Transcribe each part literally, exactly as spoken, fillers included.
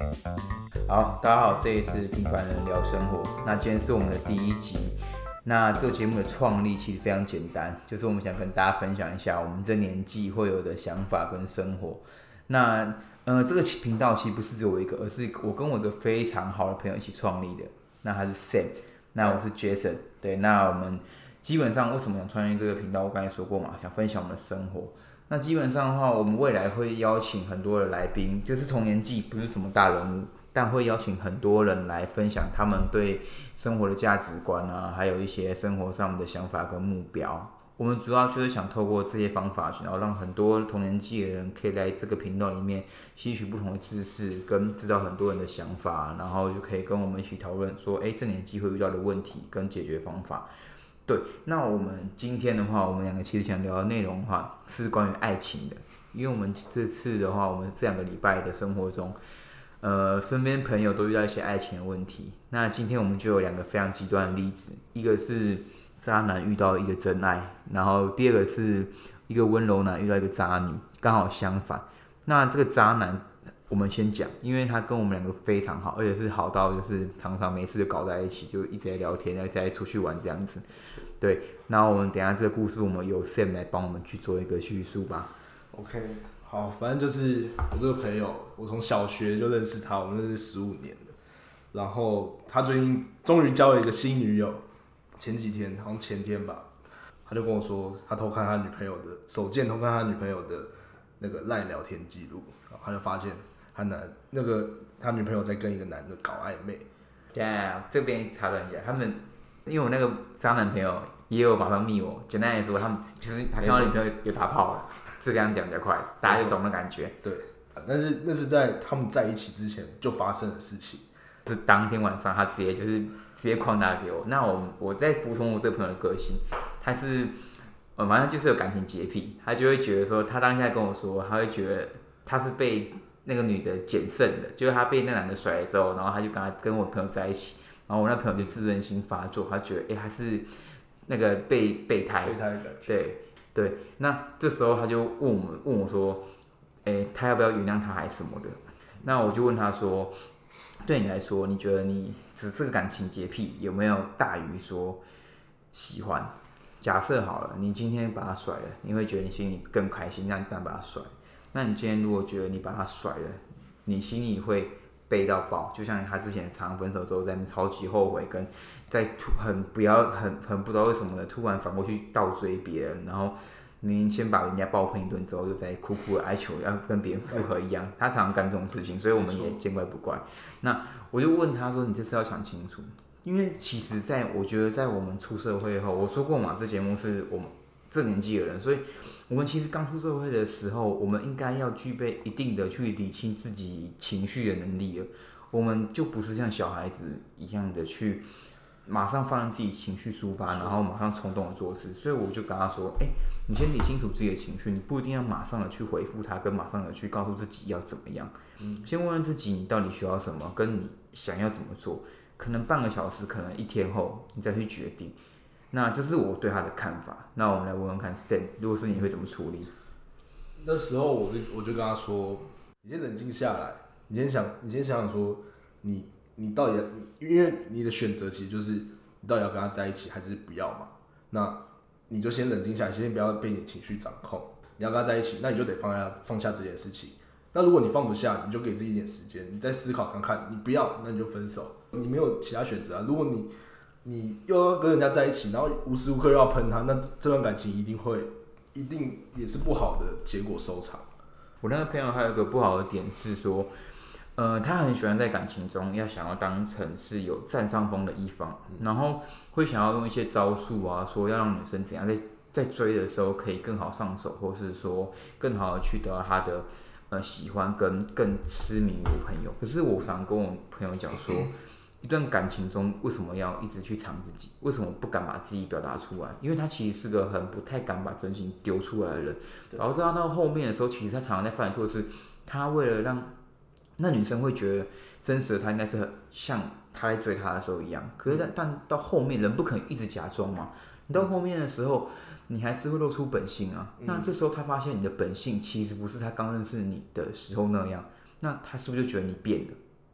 好，大家好，这里是平凡人聊生活。那今天是我们的第一集。那这个节目的创立其实非常简单，就是我们想跟大家分享一下我们这年纪会有的想法跟生活。那呃，这个频道其实不是只有我一个，而是我跟我一个非常好的朋友一起创立的。那他是 Sam， 那我是 Jason。对，那我们基本上为什么想创立这个频道？我刚才说过嘛，想分享我们的生活。那基本上的话，我们未来会邀请很多的来宾，就是同年纪，不是什么大人物。但会邀请很多人来分享他们对生活的价值观啊，还有一些生活上的想法跟目标。我们主要就是想透过这些方法，然后让很多同年纪的人可以来这个频道里面吸取不同的知识，跟知道很多人的想法，然后就可以跟我们一起讨论说，哎，这年纪会遇到的问题跟解决方法。对，那我们今天的话，我们两个其实想聊的内容的话是关于爱情的，因为我们这次的话，我们这两个礼拜的生活中。呃，身边朋友都遇到一些爱情的问题。那今天我们就有两个非常极端的例子，一个是渣男遇到一个真爱，然后第二个是一个温柔男遇到一个渣女，刚好相反。那这个渣男，我们先讲，因为他跟我们两个非常好，而且是好到就是常常没事就搞在一起，就一直在聊天，一直在出去玩这样子。对，那我们等一下这个故事，我们由 Sam 来帮我们去做一个叙述吧。 OK。好，反正就是我这个朋友，我从小学就认识他，我们认识十五年了。然后他最近终于交了一个新女友，前几天好像前天吧，他就跟我说，他偷看他女朋友的手贱，偷看他女朋友的那个赖聊天记录，然后他就发现他男那个他女朋友在跟一个男的搞暧昧。 对啊，这边查了一下，他们因为我那个渣男朋友也有马上密我，简单来说，他们就是他看到女朋友有打炮了。这样讲比较快，大家就懂那感觉。 对，但是那是在他们在一起之前就发生的事情。 是当天晚上，他直接就是直接狂打给我。那我我再补充我这个朋友的个性，他是呃，反正就是有感情洁癖，他就会觉得说，他当下跟我说，他会觉得他是被那个女的捡剩的，就是他被那男的甩了之后，然后他就跟他跟我朋友在一起，然后我那朋友就自尊心发作，他觉得哎、欸，他是那个备备胎， 备胎的感觉。 对。对，那这时候他就问我们，问我说，诶，他要不要原谅他还是什么的？那我就问他说，对你来说，你觉得你只这个感情洁癖有没有大于说喜欢？假设好了，你今天把他甩了，你会觉得你心里更开心，让你当把他甩。那你今天如果觉得你把他甩了，你心里会悲到爆，就像他之前常分手之后，在那超级后悔跟。在很不要很很不知道为什么的，突然反过去倒追别人，然后你先把人家爆喷一顿之后，又再苦苦的哀求要跟别人复合一样，他常常干这种事情，所以我们也见怪不怪。那我就问他说：“你这次要想清楚，因为其实在我觉得在我们出社会后，我说过嘛，这节目是我们这年纪的人，所以我们其实刚出社会的时候，我们应该要具备一定的去理清自己情绪的能力了。我们就不是像小孩子一样的去。”马上放任自己情绪抒发，然后马上冲动的做事，所以我就跟他说：“哎、欸，你先理清楚自己的情绪，你不一定要马上的去回复他，跟马上的去告诉自己要怎么样。嗯、先问问自己你到底需要什么，跟你想要怎么做。可能半个小时，可能一天后你再去决定。那这是我对他的看法。那我们来问问看 ，Sam， 如果是你会怎么处理？” 那时候我是我就跟他说：“你先冷静下来，你先想，你先想想说你。”你到底，因为你的选择其实就是你到底要跟他在一起还是不要嘛？那你就先冷静下来，先不要被你的情绪掌控。你要跟他在一起，那你就得放下放下这件事情。那如果你放不下，你就给自己一点时间，你再思考看看。你不要，那你就分手。你没有其他选择啊。如果你你又要跟人家在一起，然后无时无刻又要喷他，那这段感情一定会一定也是不好的结果收场。 我那个朋友还有一个不好的点是说。呃，他很喜欢在感情中要想要当成是有占上风的一方，嗯、然后会想要用一些招数啊，说要让女生怎样在在追的时候可以更好上手，或是说更好的去得到他的呃喜欢跟更痴迷的朋友。可是我常跟我朋友讲说，一段感情中为什么要一直去藏自己？为什么不敢把自己表达出来？因为他其实是个很不太敢把真心丢出来的人。导致他到后面的时候，其实他常常在犯错的是，他为了让那女生会觉得真实的他应该是很像他在追他的时候一样，可是 但, 但到后面人不可能一直假装嘛，你到后面的时候，你还是会露出本性啊。嗯、那这时候他发现你的本性其实不是他刚认识你的时候那样，那他是不是就觉得你变了？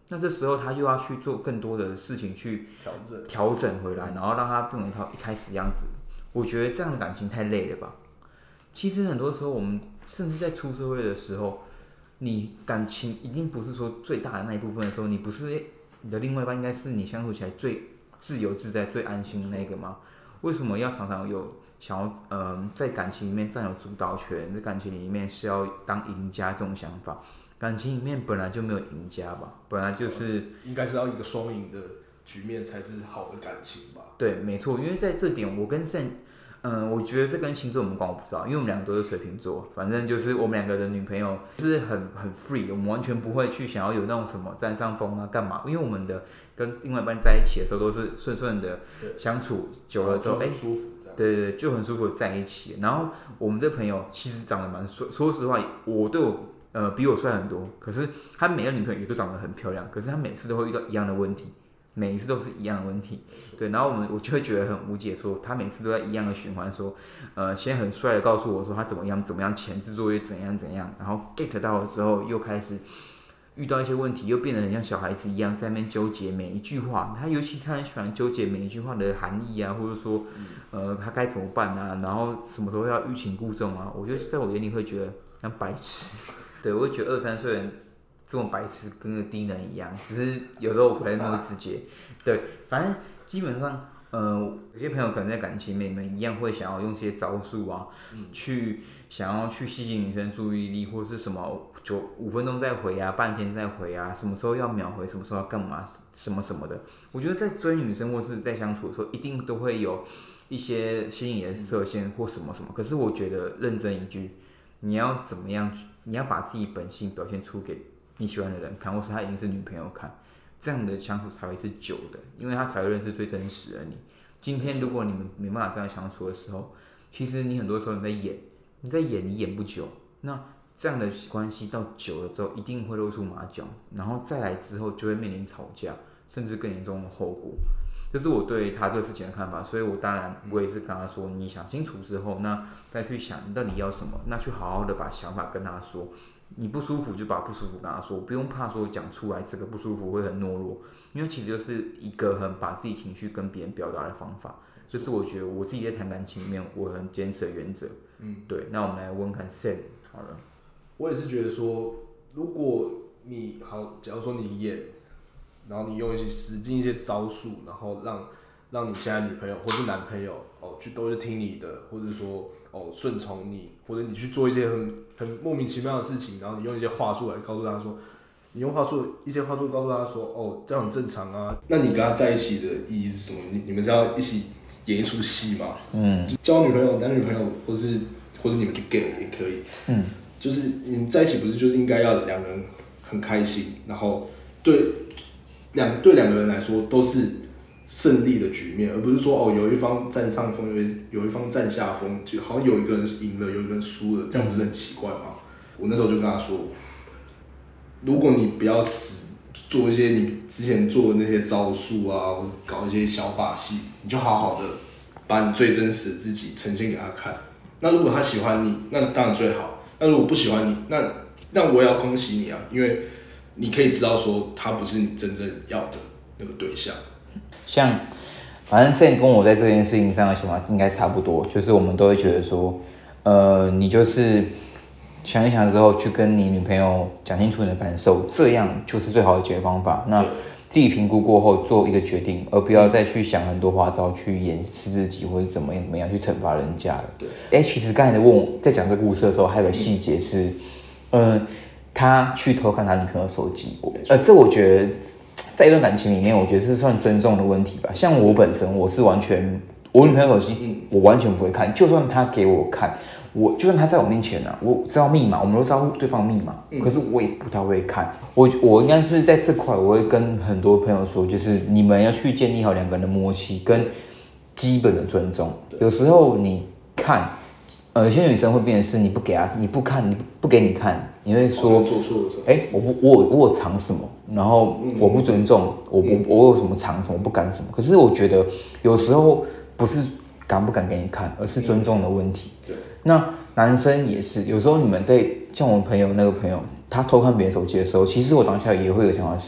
那这时候他又要去做更多的事情去调整调整回来，然后让他变回他一开始样子。我觉得这样的感情太累了吧？其实很多时候我们甚至在出社会的时候，你感情一定不是说最大的那一部分的时候，你不是你的另外一半应该是你相处起来最自由自在、最安心的那个吗？为什么要常常有想要呃在感情里面占有主导权，在感情里面是要当赢家这种想法？感情里面本来就没有赢家吧，本来就是应该是要一个双赢的局面才是好的感情吧？ 对，没错，因为在这点我跟 Sam， 嗯，我觉得这跟星座有没有关我不知道，因为我们两个都是水瓶座，反正就是我们两个的女朋友是很很 free， 我们完全不会去想要有那种什么占上风啊干嘛，因为我们的跟另外一半在一起的时候都是顺顺的相处久了之后，哎， 舒服， 对对对，就很舒服的在一起。然后我们这朋友其实长得蛮帅，说实话，我对我呃比我帅很多，可是他每个女朋友也都长得很漂亮，可是他每次都会遇到一样的问题。每一次都是一样的问题，对，然后我们我就会觉得很无解说，说他每次都在一样的循环，说，呃，先很帅的告诉我说他怎么样怎么样，前置作业怎样怎样，然后 get 到了之后，又开始遇到一些问题，又变得很像小孩子一样在那边纠结每一句话，他尤其他很喜欢纠结每一句话的含义啊，或者说，呃，他该怎么办啊，然后什么时候要欲擒故纵啊，我觉得在我眼里会觉得像白痴，对，我会觉得二三岁人。这种白痴跟个低能一样，只是有时候我不太那么直接。对，反正基本上，呃，有些朋友可能在感情里面一样会想要用一些招数啊，嗯、去想要去吸引女生注意力，或者是什么九五分钟再回啊，半天再回啊，什么时候要秒回，什么时候要干嘛，什么什么的。我觉得在追女生或是在相处的时候，一定都会有一些吸引的射线或什么什么。可是我觉得认真一句，你要怎么样？你要把自己本性表现出给你喜欢的人看，或是他一定是女朋友看，这样的相处才会是久的，因为他才会认识最真实的你。今天如果你们没办法这样相处的时候，其实你很多时候你在演，你在演，你演不久，那这样的关系到久了之后，一定会露出马脚，然后再来之后就会面临吵架，甚至更严重的后果。这是我对他这个事情的看法，所以我当然我也是跟他说，你想清楚之后，那再去想你到底要什么，那去好好的把想法跟他说。你不舒服就把不舒服跟他说，不用怕说讲出来这个不舒服会很懦弱，因为其实就是一个很把自己情绪跟别人表达的方法，这是我觉得我自己在谈感情里面我很坚持的原则。嗯，对，那我们来问看 Sam 好了。 我也是觉得说，如果你好，假如说你演，然后你用一些使劲一些招数，然后让让你现在女朋友或是男朋友哦，去都是听你的，或者说哦顺从你，或者你去做一些很很莫名其妙的事情，然后你用一些话术来告诉他说，你用话术一些话术告诉他说，哦这样很正常啊。那你跟他在一起的意义是什么？你你们是要一起演一出戏嘛？嗯，交女朋友、男女朋友，或是或是你们是 gay 也可以。嗯，就是你们在一起不是就是应该要两个人很开心，然后对两对两个人来说都是胜利的局面，而不是说哦有一方占上风，有一有一方占下风，就好像有一个人赢了，有一个人输了，这样不是很奇怪吗？我那时候就跟他说，如果你不要做一些你之前做的那些招数啊，或者搞一些小把戏，你就好好的把你最真实的自己呈现给他看。那如果他喜欢你，那当然最好；那如果不喜欢你，那那我也要恭喜你啊，因为你可以知道说他不是你真正要的那个对象。 像反正 Sam 跟我在这件事情上的想法应该差不多，就是我们都会觉得说，呃，你就是想一想之后去跟你女朋友讲清楚你的感受，这样就是最好的解决方法。那自己评估过后做一个决定，而不要再去想很多花招去掩饰自己或者怎么样怎么样去惩罚人家了。对，哎、欸，其实刚才问我在讲这个故事的时候，还有个细节是，嗯、呃，他去偷看他女朋友手机，呃，这我觉得。在一段感情里面，我觉得是算尊重的问题吧。像我本身，我是完全，我女朋友手机我完全不会看，就算她给我看，我就算她在我面前啊，我知道密码，我们都知道对方密码，可是我也不太会看。我我应该是在这块，我会跟很多朋友说，就是你们要去建立好两个人的默契跟基本的尊重。有时候你看，呃，有些女生会变成是你不给她，你不看，你不给你看。你会说，哎、欸，我不，我我有藏什么？然后我不尊重，我我我有什么藏什么？我不敢什么？可是我觉得有时候不是敢不敢给你看，而是尊重的问题。对，那男生也是，有时候你们在像我朋友那个朋友，他偷看别人手机的时候，其实我当下也会有想法是，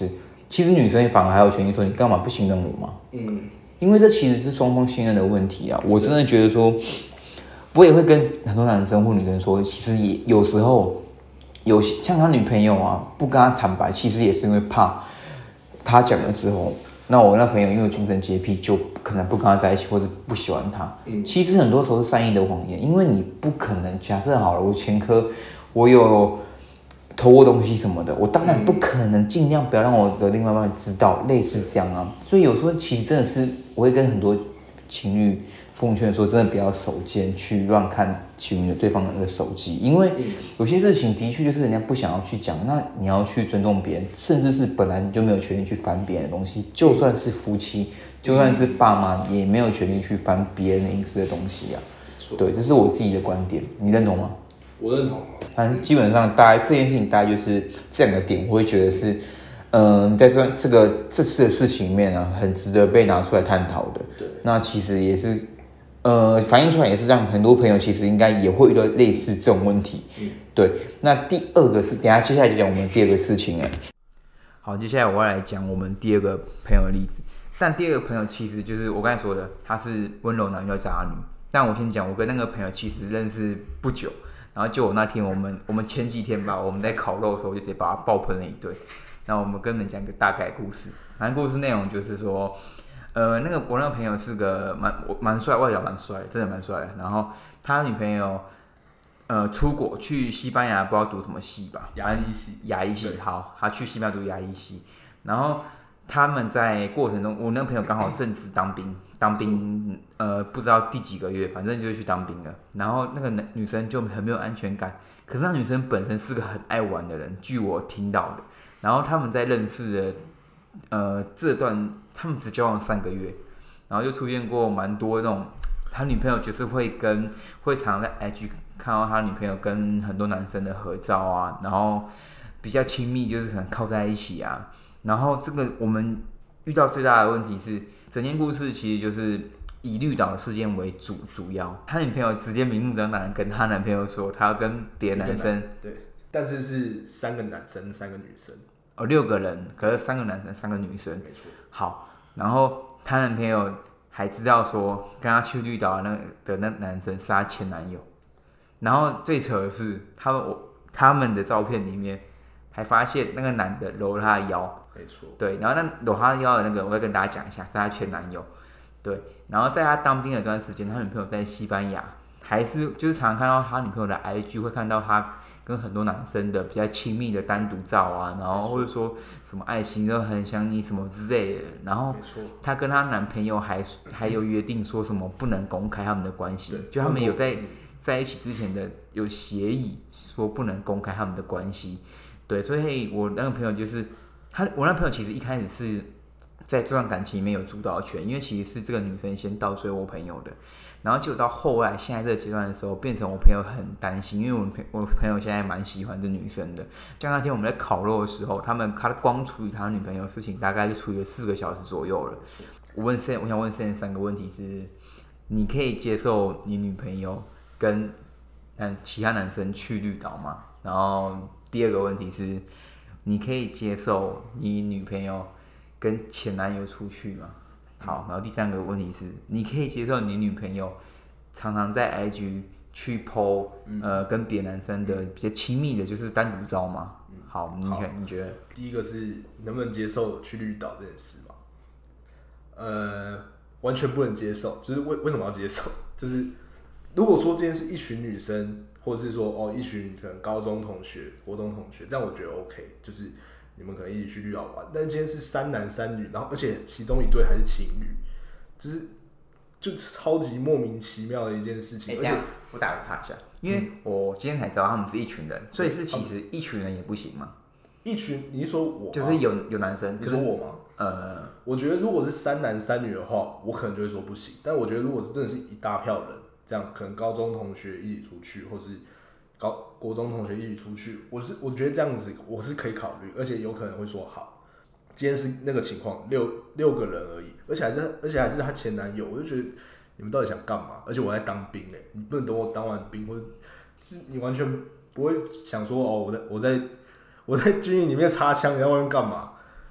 其实女生反而还有权利说你干嘛不信任我吗？嗯，因为这其实是双方信任的问题啊。我真的觉得说，我也会跟很多男生或女生说，其实也有时候有像他女朋友啊，不跟他坦白，其实也是因为怕他讲了之后。那我那朋友因为精神洁癖，就可能不跟他在一起，或者不喜欢他。嗯，其实很多时候是善意的谎言，因为你不可能假设好了，我前科，我有偷过东西什么的，我当然不可能尽量不要让我的另外一半知道，类似这样啊。所以有时候其实真的是，我会跟很多情侣奉劝说，真的不要手贱去乱看情侣的对方的手机，因为有些事情的确就是人家不想要去讲，那你要去尊重别人，甚至是本来你就没有权利去翻别人的东西，就算是夫妻，就算是爸妈，也没有权利去翻别人的隐私的东西啊。对，这是我自己的观点，你认同吗？ 我认同。 反正基本上，大概这件事情大概就是这两个点，我会觉得是，嗯、呃，在这这个这次的事情里面啊，很值得被拿出来探讨的。对，那其实也是。呃，反映出来也是让很多朋友其实应该也会遇到类似这种问题。嗯，对。那第二个是，等一下接下来就讲我们第二个事情了。好，接下来我要来讲我们第二个朋友的例子。但第二个朋友其实就是我刚才说的，他是温柔男又渣女。但我先讲，我跟那个朋友其实认识不久，然后就我那天我们我们前几天吧，我们在烤肉的时候就直接把他爆喷了一顿。那我们跟你们讲个大概故事，反正故事内容就是说。呃，那个我那个朋友是个蛮蛮帅，外表蛮帅，真的蛮帅的。然后他女朋友呃出国去西班牙，不知道读什么系吧， 牙医系。 牙医系，好，他去西班牙读牙医系。然后他们在过程中，我那个朋友刚好正值当兵，当兵呃不知道第几个月，反正就是去当兵了。然后那个女生就很没有安全感，可是那女生本身是个很爱玩的人，据我听到的。然后他们在认识的。呃，这段他们只交往三个月，然后就出现过蛮多那种，他女朋友就是会跟会常在 I G 看到他女朋友跟很多男生的合照啊，然后比较亲密，就是可能靠在一起啊。然后这个我们遇到最大的问题是，整件故事其实就是以绿岛事件为主主要。他女朋友直接明目张胆跟他男朋友说，他要跟别的男生， 对，但是是三个男生，三个女生。 哦，六个人，可是三个男生，三个女生。 没错。好， 然后她男朋友还知道说，跟她去绿岛的那的那男生是她前男友。然后最扯的是，他们我他们的照片里面还发现那个男的搂她的腰。 没错。对， 然后那搂她的腰的那个，我要跟大家讲一下，是她前男友。对，然后在他当兵的这段时间，他女朋友在西班牙，还是就是常常看到他女朋友的 I G， 会看到他。跟很多男生的比较亲密的单独照啊，然后或者说什么爱情都很想你什么之类的，然后她跟她男朋友还还有约定说什么不能公开他们的关系，就他们有在在一起之前的有协议说不能公开他们的关系，对，所以我那个朋友就是他，我那朋友其实一开始是在这段感情里面有主导权，因为其实是这个女生先倒追我朋友的。然后结果到后来，现在这个阶段的时候，变成我朋友很担心，因为我朋我朋友现在蛮喜欢这女生的。像那天我们在烤肉的时候，他们他光处理他女朋友的事情，大概是处理了四个小时左右了。我问 Sen， 我想问 Sen 三个问题是：你可以接受你女朋友跟男其他男生去绿岛吗？然后第二个问题是：你可以接受你女朋友跟前男友出去吗？好，然后第三个问题是，你可以接受你女朋友常常在 I G 去 po、嗯、呃跟别的男生的比较亲密的，就是单独照吗？嗯、好，你看你觉得？ 第一个是能不能接受去绿岛这件事嘛？呃，完全不能接受，就是为为什么要接受？就是如果说今天是一群女生，或者是说哦一群可能高中同学、国中同学，这样我觉得 OK， 就是。你们可能一起去绿岛玩，但是今天是三男三女，然后而且其中一对还是情侣，就是就超级莫名其妙的一件事情。 欸、 而且我打个岔一下，因为我今天才知道他们是一群人，所以是其实一群人也不行吗？ 一群，你是说我吗？ 就是有有男生， 你说我吗？ 呃， 我觉得如果是三男三女的话，我可能就会说不行。但我觉得如果是真的是一大票人，这样可能高中同学一起出去，或是高国中同学一起出去，我是我觉得这样子我是可以考虑，而且有可能会说好。今天是那个情况，六六个人而已，而且还是而且还是她前男友，我就觉得你们到底想干嘛？而且我在当兵哎、欸，你不能等我当完兵，或者就是你完全不会想说哦，我在我在我在军营里面插枪，你在外面干嘛？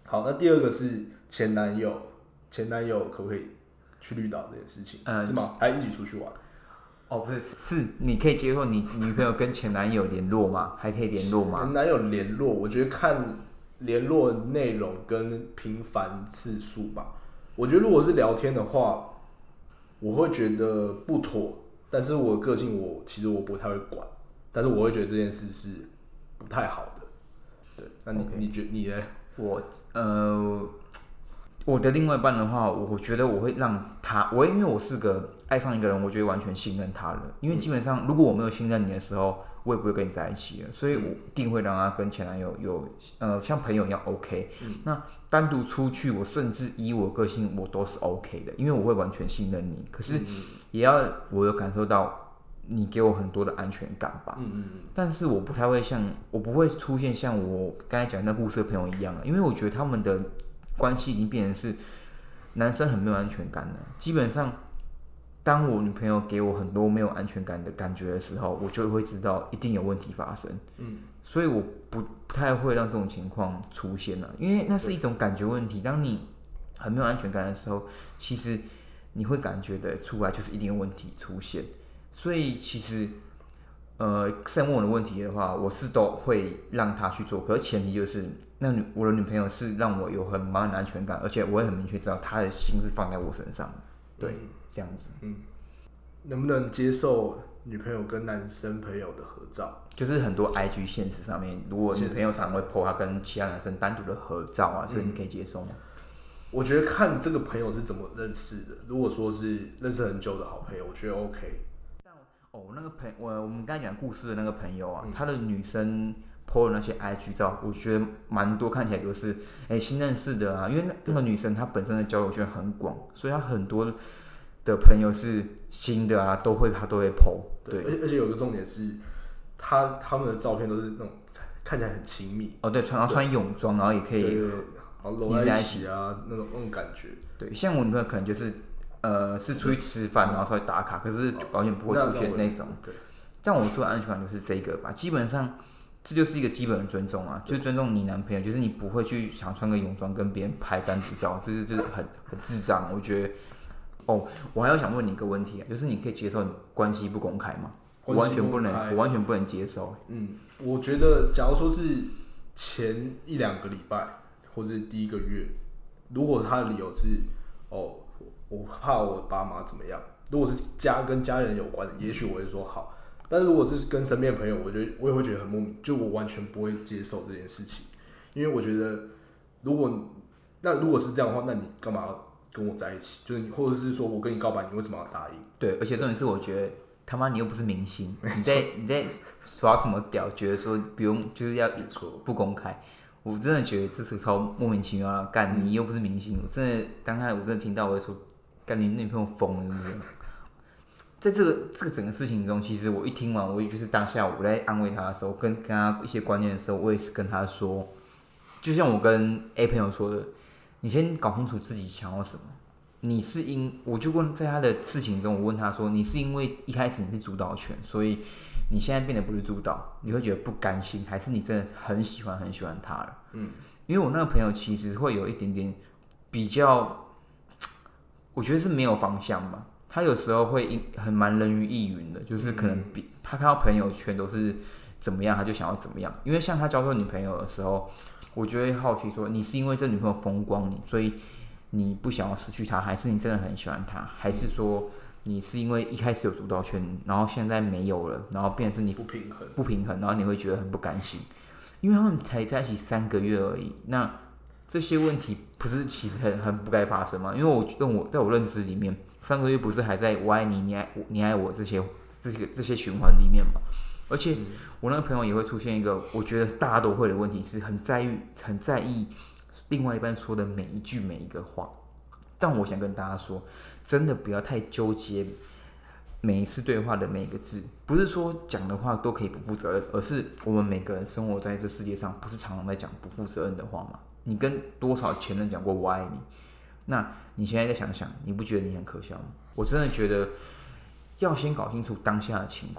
好，那第二个是前男友，前男友可不可以去绿岛这件事情，呃、是吗？还一起出去玩？ 哦，不是，是你可以接受你女朋友跟前男友联络吗？还可以联络吗？ 前男友联络，我觉得看联络内容跟频繁次数吧。我觉得如果是聊天的话，我会觉得不妥，但是我的个性我其实我不太会管，但是我会觉得这件事是不太好的。对，那你、okay. 你觉你呢？ 我呃，我的另外一半的话，我觉得我会让他，我因为我是个爱上一个人，我觉得完全信任他了。因为基本上，如果我没有信任你的时候，我也不会跟你在一起了。所以我一定会让他跟前男友有呃像朋友一样 OK、嗯。那单独出去，我甚至以我个性，我都是 OK 的，因为我会完全信任你。可是也要我有感受到你给我很多的安全感吧。嗯嗯嗯。但是我不太会像，我不会出现像我刚才讲那故事的朋友一样，因为我觉得他们的关系已经变成是男生很没有安全感了。基本上，当我女朋友给我很多没有安全感的感觉的时候，我就会知道一定有问题发生。嗯，所以我不不太会让这种情况出现了，因为那是一种感觉问题。当你很没有安全感的时候，其实你会感觉得出来，就是一定有问题出现。所以其实，呃，在问我的问题的话，我是都会让他去做，可是前提就是那女我的女朋友是让我有很满满的安全感，而且我也很明确知道她的心是放在我身上的。对。嗯，这样子， 嗯，能不能接受女朋友跟男生朋友的合照？ 就是很多 I G 现实上面，如果女朋友常会 po 她跟其他男生单独的合照啊，这、嗯、你可以接受吗？ 我觉得看这个朋友是怎么认识的。如果说是认识很久的好朋友，我觉得 OK。 哦，那个朋我我们刚才讲故事的那个朋友啊，嗯、他的女生 po 的那些 I G 照，我觉得蛮多看起来都是哎、欸、新认识的啊，因为 那, 那个女生她本身的交友圈很广，所以她很多的朋友是新的啊，都会她都会 po。对， 而且而且有个重点是，他他们的照片都是那种看起来很亲密。 哦，对，穿然后穿泳装，然后也可以对对对，然后搂在一起啊，那种那种感觉。 对，像我女朋友可能就是。呃，是出去吃饭，然后稍微打卡，可是完全不会出现那种。对，这样我说的安全感就是这个吧。基本上，这就是一个基本的尊重啊，就是尊重你男朋友，就是你不会去想穿个泳装跟别人拍单独照，这是就是很很智障。我觉得，哦，我还要想问你一个问题啊，就是你可以接受关系不公开吗？我完全不能，我完全不能接受。 嗯，我觉得，假如说是前一两个礼拜，或者第一个月，如果他的理由是哦。我怕我爸妈怎么样？如果是家跟家人有关的，也许我会说好。但是如果是跟身边的朋友，我觉得我也会觉得很莫名，就我完全不会接受这件事情，因为我觉得，如果那如果是这样的话，那你干嘛要跟我在一起？就是你，或者是说我跟你告白，你为什么要答应？ 对，而且重点是，我觉得他妈你又不是明星，你在你在耍什么屌？觉得说不用就是要不公开。我真的觉得这是超莫名其妙啊！干，你又不是明星，我真的刚才我真的听到我会说。干你女朋友疯了是不是？在这个这个整个事情中，其实我一听完，我也就是当下我在安慰他的时候，跟跟他一些观念的时候，我也是跟他说，就像我跟 A 朋友说的，你先搞清楚自己想要什么。你是因，我就问在他的事情中，我问他说，你是因为一开始你是主导权，所以你现在变得不是主导，你会觉得不甘心，还是你真的很喜欢很喜欢他了？嗯，因为我那个朋友其实会有一点点比较。我觉得是没有方向吧，他有时候会很蛮人云亦云的，就是可能比他看到朋友圈都是怎么样，他就想要怎么样。因为像他交错女朋友的时候，我就会好奇说，你是因为这女朋友风光你，所以你不想要失去她，还是你真的很喜欢她，还是说你是因为一开始有主导权，然后现在没有了，然后变成是你不平衡， 不平衡，然后你会觉得很不甘心，因为他们才在一起三个月而已，那。这些问题不是其实很很不该发生吗？因为我认我在我认知里面，三个月不是还在我爱你，你爱我，你爱我这些这些这些循环里面嘛？而且我那个朋友也会出现一个我觉得大家都会的问题，是很在意很在意另外一半说的每一句每一个话。但我想跟大家说，真的不要太纠结每一次对话的每一个字，不是说讲的话都可以不负责任，而是我们每个人生活在这世界上，不是常常在讲不负责任的话吗？你跟多少前任讲过我爱你？那你现在再想想，你不觉得你很可笑吗？我真的觉得要先搞清楚当下的情况，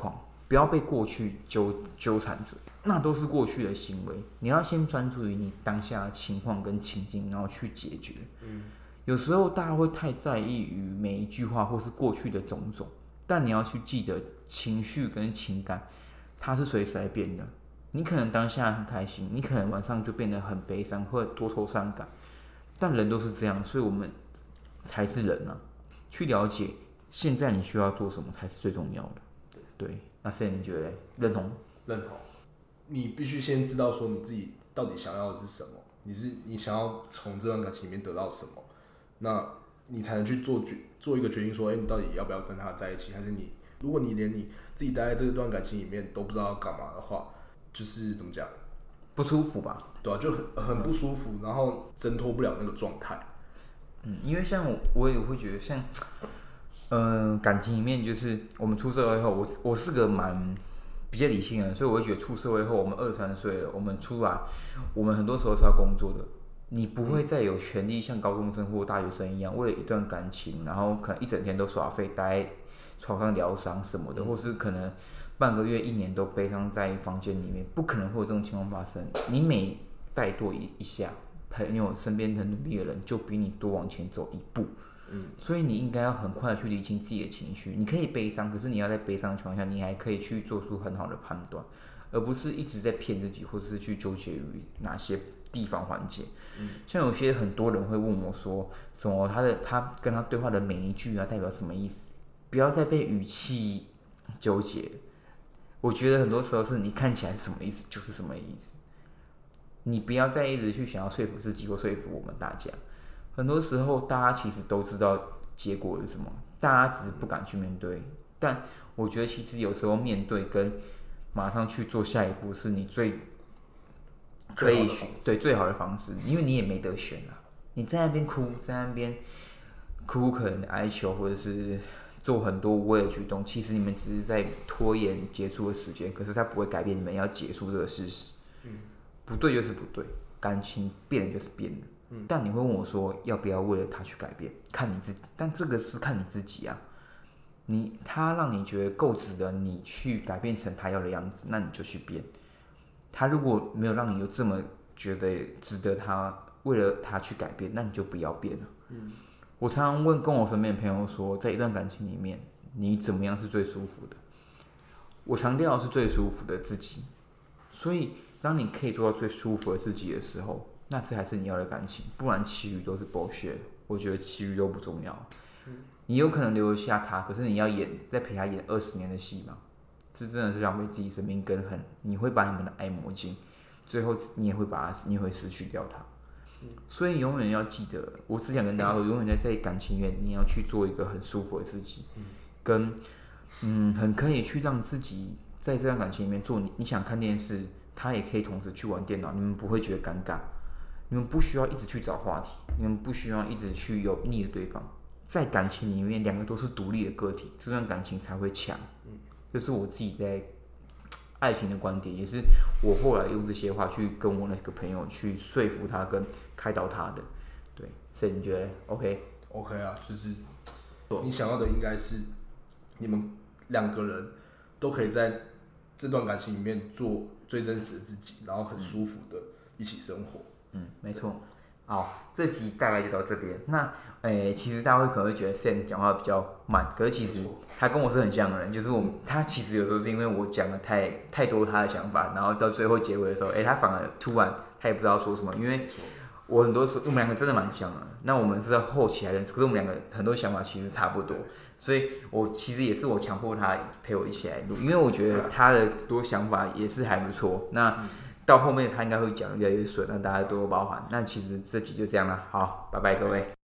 不要被过去纠纠缠着，那都是过去的行为。你要先专注于你当下的情况跟情境，然后去解决。嗯，有时候大家会太在意于每一句话或是过去的种种，但你要去记得情绪跟情感，它是随时在变的。你可能当下很开心，你可能晚上就变得很悲伤或者多愁善感，但人都是这样，所以我们才是人啊。去了解现在你需要做什么才是最重要的。对，那 Sam 你觉得认同？ 认同。你必须先知道说你自己到底想要的是什么，你是你想要从这段感情里面得到什么，那你才能去做决做一个决定说，哎、欸，你到底要不要跟他在一起，还是你如果你连你自己待在这段感情里面都不知道要干嘛的话，就是怎么讲， 不舒服吧？ 对啊，就很很不舒服，然后挣脱不了那个状态。 嗯，因为像我，我也会觉得像，嗯、呃，感情里面就是我们出社会后，我我是个蛮比较理性的人，所以我会觉得出社会后，我们二十三岁了，我们出来，我们很多时候是要工作的，你不会再有权利像高中生或大学生一样，为了一段感情，然后可能一整天都耍废，待在床上疗伤什么的，或是可能半个月、一年都悲伤在房间里面，不可能会有这种情况发生。你每怠惰一一下，朋友身边很努力的人就比你多往前走一步。嗯，所以你应该要很快的去理清自己的情绪。你可以悲伤，可是你要在悲伤的情况下，你还可以去做出很好的判断，而不是一直在骗自己，或者是去纠结于哪些地方环节。嗯，像有些很多人会问我说，什么他的他跟他对话的每一句啊，代表什么意思？不要再被语气纠结。我觉得很多时候是你看起来是什么意思，就是什么意思。你不要再一直去想要说服自己或说服我们大家。很多时候，大家其实都知道结果是什么，大家只是不敢去面对。但我觉得，其实有时候面对跟马上去做下一步，是你最可以去对最好的方式，因为你也没得选啊。你在那边哭，在那边哭，可能哀求，或者是做很多无谓的举动，其实你们只是在拖延结束的时间，可是它不会改变你们要结束这个事实。嗯，不对就是不对，感情变了就是变了。嗯，但你会问我说，要不要为了他去改变？看你自己，但这个是看你自己啊。你他让你觉得够值得你去改变成他要的样子，那你就去变。他如果没有让你有这么觉得值得他为了他去改变，那你就不要变了。嗯，我常常问跟我身边的朋友说，在一段感情里面，你怎么样是最舒服的？我强调的是最舒服的自己。所以，当你可以做到最舒服的自己的时候，那这才是你要的感情，不然其余都是 bullshit。我觉得其余都不重要。嗯，你有可能留下他，可是你要演再陪他演二十年的戏吗？这真的是浪费自己生命跟很，你会把你们的爱磨尽，最后你也会把他，你也会失去掉他。嗯，所以永远要记得，我只想跟大家说，永远在在感情里面，你要去做一个很舒服的自己，嗯，跟嗯很可以去让自己在这段感情里面做你你想看电视，他也可以同时去玩电脑，你们不会觉得尴尬。你们不需要一直去找话题，你们不需要一直去有腻的对方。在感情里面，两个都是独立的个体，这段感情才会强。嗯，这是我自己在爱情的观点，也是我后来用这些话去跟我那个朋友去说服他跟开导他的。对，所以你觉得 OK？OK、 OK 啊，就是你想要的应该是你们两个人都可以在这段感情里面做最真实的自己，然后很舒服的一起生活。 嗯，没错。好，这集大概就到这边。那，诶、欸，其实大家会可能会觉得 Sam 讲话比较慢，可是其实他跟我是很像的人，就是我他其实有时候是因为我讲的太太多他的想法，然后到最后结尾的时候，诶、欸，他反而突然他也不知道说什么，因为我很多时候我们两个真的蛮像的。那我们是在后期来认识，可是我们两个很多想法其实差不多，所以我其实也是我强迫他陪我一起来录，因为我觉得他的多想法也是还不错。那到后面他应该会讲越来越顺，让大家多多包涵。那其实这集就这样了，好，拜拜各位。